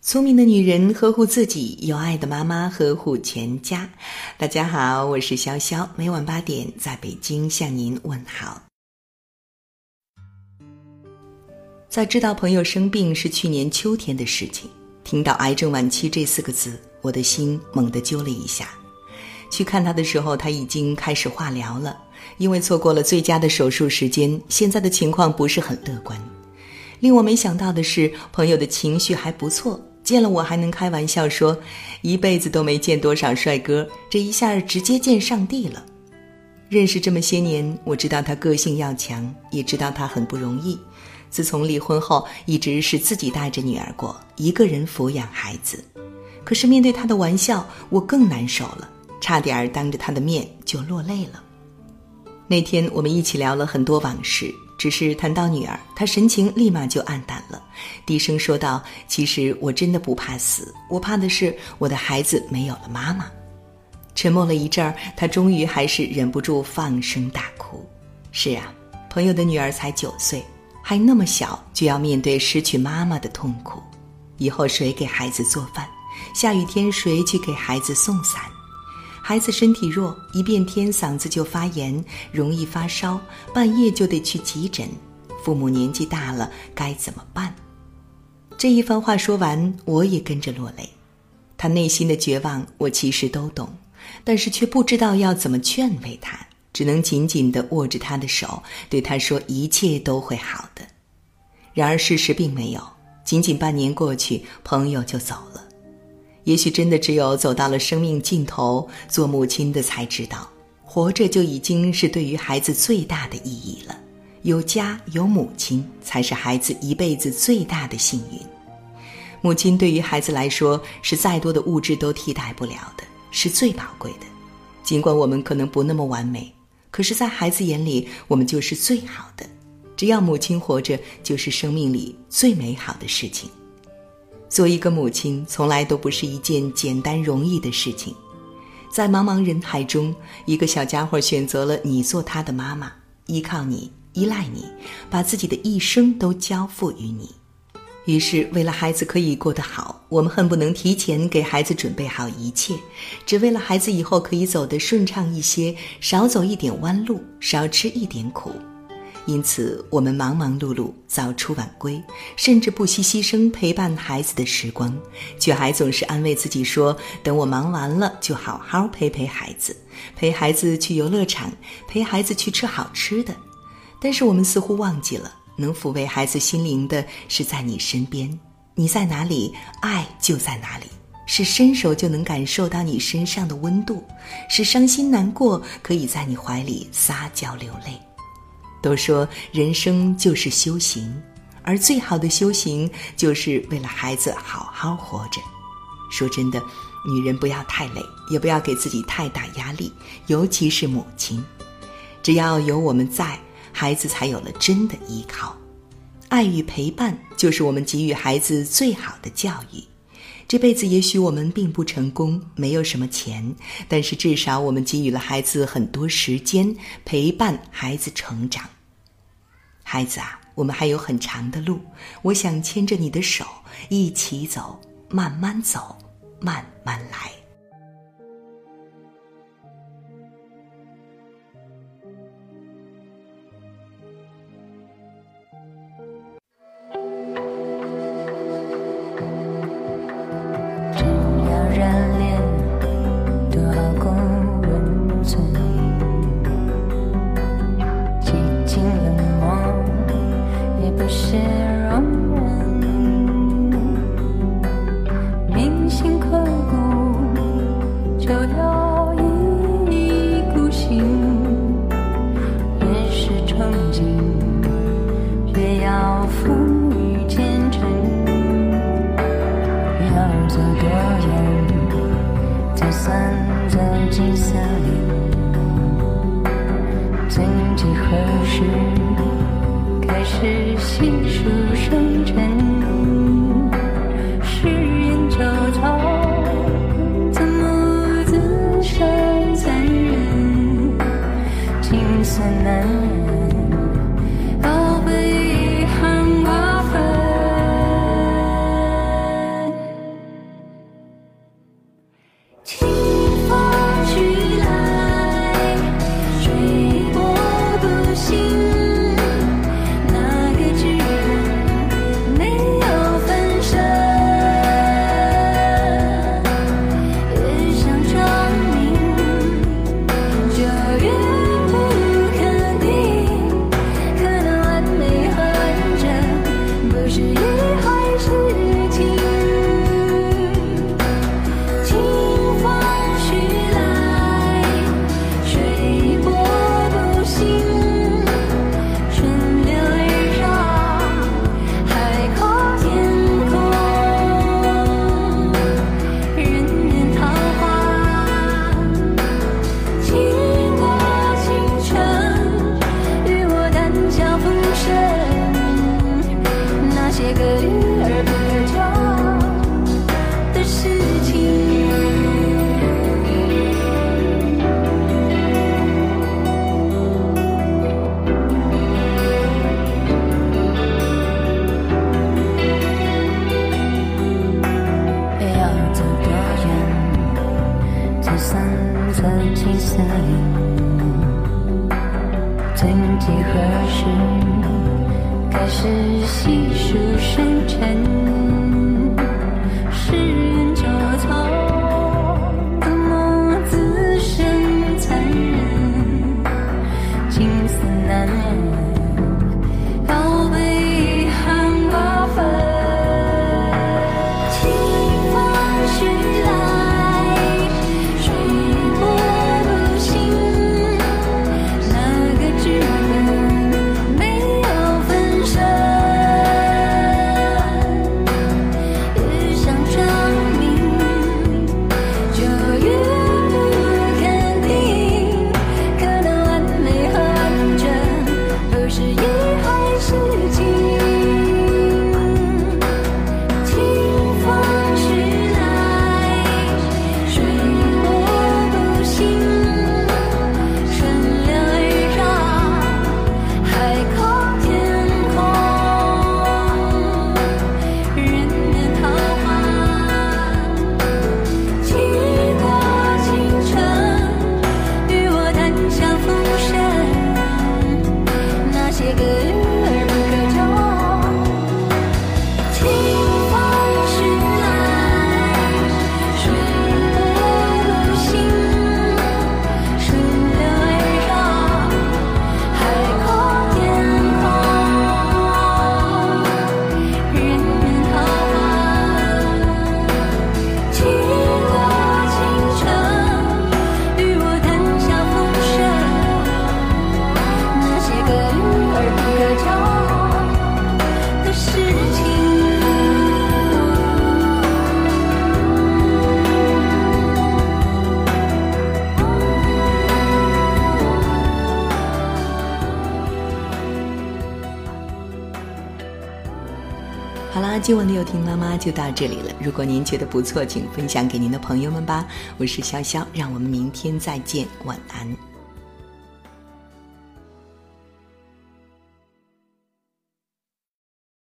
聪明的女人呵护自己，有爱的妈妈呵护全家。大家好，我是潇潇，每晚8点在北京向您问好。在知道朋友生病是去年秋天的事情，听到癌症晚期这4个字，我的心猛地揪了一下。去看他的时候，他已经开始化疗了，因为错过了最佳的手术时间，现在的情况不是很乐观。令我没想到的是，朋友的情绪还不错，见了我还能开玩笑说，一辈子都没见多少帅哥，这一下直接见上帝了。认识这么些年，我知道他个性要强，也知道他很不容易。自从离婚后，一直是自己带着女儿过，一个人抚养孩子。可是面对他的玩笑，我更难受了，差点当着他的面就落泪了。那天我们一起聊了很多往事，只是谈到女儿，他神情立马就暗淡了，低声说道，其实我真的不怕死，我怕的是我的孩子没有了妈妈。沉默了一阵儿，他终于还是忍不住放声大哭。是啊，朋友的女儿才9岁，还那么小，就要面对失去妈妈的痛苦。以后谁给孩子做饭？下雨天谁去给孩子送伞？孩子身体弱，一变天嗓子就发炎，容易发烧，半夜就得去急诊。父母年纪大了，该怎么办？这一番话说完，我也跟着落泪。他内心的绝望，我其实都懂，但是却不知道要怎么劝慰他，只能紧紧地握着他的手，对他说一切都会好的。然而事实并没有，仅仅半年过去，朋友就走了。也许真的只有走到了生命尽头，做母亲的才知道，活着就已经是对于孩子最大的意义了。有家有母亲，才是孩子一辈子最大的幸运。母亲对于孩子来说，是再多的物质都替代不了的，是最宝贵的。尽管我们可能不那么完美，可是在孩子眼里，我们就是最好的。只要母亲活着，就是生命里最美好的事情。做一个母亲从来都不是一件简单容易的事情，在茫茫人海中，一个小家伙选择了你做他的妈妈，依靠你，依赖你，把自己的一生都交付于你。于是为了孩子可以过得好，我们恨不能提前给孩子准备好一切，只为了孩子以后可以走得顺畅一些，少走一点弯路，少吃一点苦。因此我们忙忙碌碌，早出晚归，甚至不惜牺牲陪伴孩子的时光，却还总是安慰自己说，等我忙完了就好好陪陪孩子，陪孩子去游乐场，陪孩子去吃好吃的。但是我们似乎忘记了，能抚慰孩子心灵的是在你身边，你在哪里，爱就在哪里，是伸手就能感受到你身上的温度，是伤心难过可以在你怀里撒娇流泪。都说人生就是修行，而最好的修行就是为了孩子好好活着。说真的，女人不要太累，也不要给自己太大压力，尤其是母亲。只要有我们在，孩子才有了真的依靠。爱与陪伴就是我们给予孩子最好的教育。这辈子也许我们并不成功，没有什么钱，但是至少我们给予了孩子很多时间，陪伴孩子成长。孩子啊，我们还有很长的路，我想牵着你的手，一起走，慢慢走，慢慢来。 开始细数生辰，誓言久长，怎么自伤残忍？情色难忍，懊悔遗憾过分。 还是细数深沉，世人交错，多么自身残忍，情丝难忍，要被遗憾瓜分。清风徐来，水波不兴，那个剧本没有分身，越想证明，就越不肯定，可能完美和完整都是意外事情。清风徐来，水波不兴，顺流而上，海阔天空，人面桃花，几多倾城，与我谈笑风生，那些个遇而不可求。清风徐来，水波不兴，顺流而上，海阔天空，人面桃花，几多倾城，与我谈笑风生，那些个遇而不可求的事情。 好啦，今晚的有听妈妈就到这里了。如果您觉得不错，请分享给您的朋友们吧。我是潇潇，让我们明天再见，晚安。